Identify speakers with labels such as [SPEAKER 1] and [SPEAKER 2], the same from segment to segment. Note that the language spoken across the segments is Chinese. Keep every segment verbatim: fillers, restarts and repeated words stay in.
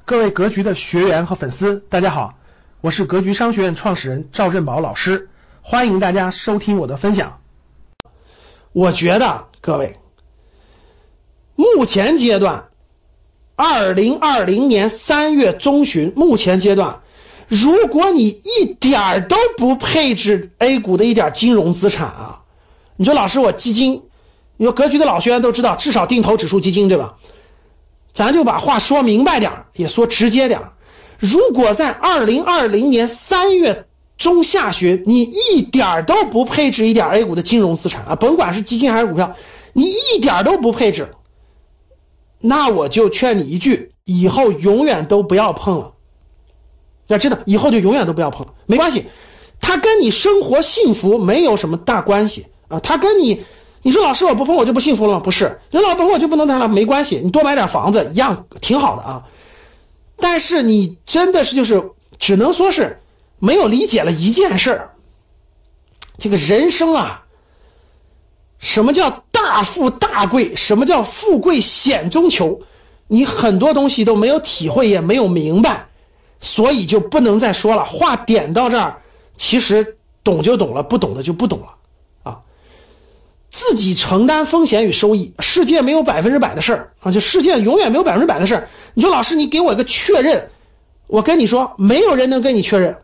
[SPEAKER 1] 各位格局的学员和粉丝，大家好，我是格局商学院创始人赵振宝老师，欢迎大家收听我的分享。我觉得各位，目前阶段二零二零年三月中旬，目前阶段，如果你一点都不配置 A 股的一点金融资产啊，你说老师我基金，你说格局的老学员都知道，至少定投指数基金对吧？咱就把话说明白点，也说直接点。如果在二零二零年三月中下旬，你一点都不配置一点 A 股的金融资产啊，甭管是基金还是股票，你一点都不配置，那我就劝你一句，以后永远都不要碰了。要知道，以后就永远都不要碰，没关系，它跟你生活幸福没有什么大关系啊，它跟你。你说老师我不碰我就不幸福了吗？不是，人老碰我就不能谈了，没关系，你多买点房子一样挺好的啊。但是你真的是就是只能说是没有理解了一件事儿，这个人生啊，什么叫大富大贵，什么叫富贵险中求，你很多东西都没有体会也没有明白，所以就不能再说了。话点到这儿，其实懂就懂了，不懂的就不懂了。自己承担风险与收益，世界没有百分之百的事儿啊，就世界永远没有百分之百的事儿。你说老师，你给我一个确认，我跟你说，没有人能跟你确认。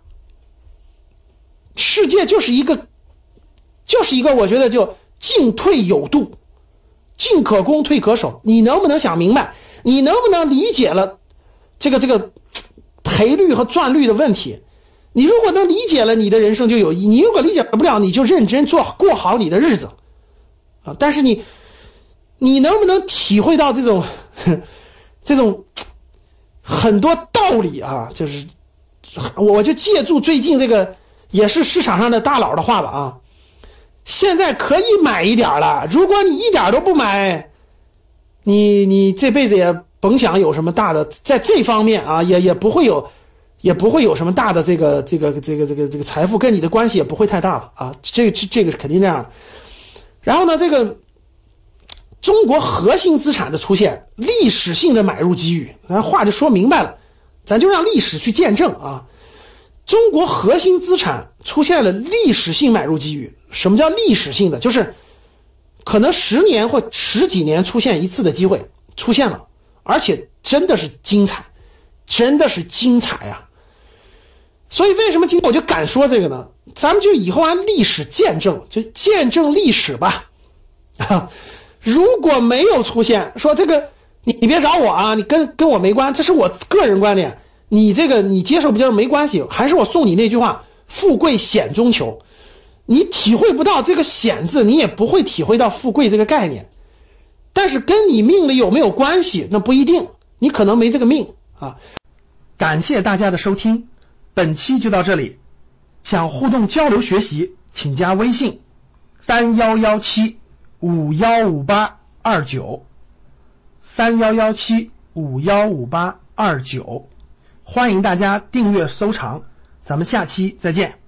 [SPEAKER 1] 世界就是一个，就是一个，我觉得就进退有度，进可攻，退可守。你能不能想明白？你能不能理解了这个这个赔率和赚率的问题？你如果能理解了，你的人生就有意义；你如果理解不了，你就认真做，过好你的日子。啊，但是你你能不能体会到这种这种很多道理啊，就是我就借助最近这个也是市场上的大佬的话吧啊，现在可以买一点了，如果你一点都不买，你你这辈子也甭想有什么大的，在这方面啊也也不会有也不会有什么大的这个这个这个这个这个财富跟你的关系也不会太大了啊，这这这个是肯定这样的。然后呢，这个中国核心资产的出现，历史性的买入机遇，咱话就说明白了，咱就让历史去见证啊。中国核心资产出现了历史性买入机遇。什么叫历史性的？就是可能十年或十几年出现一次的机会出现了，而且真的是精彩，真的是精彩啊。所以为什么今天我就敢说这个呢？咱们就以后按历史见证，就见证历史吧。啊，如果没有出现，说这个你你别找我啊，你跟跟我没关，这是我个人观点。你这个你接受不接受没关系，还是我送你那句话：富贵险中求。你体会不到这个险字，你也不会体会到富贵这个概念。但是跟你命里有没有关系，那不一定，你可能没这个命啊。感谢大家的收听。本期就到这里，想互动交流学习，请加微信三一一七五一五八二九三一一七五一五八二九，欢迎大家订阅收藏，咱们下期再见。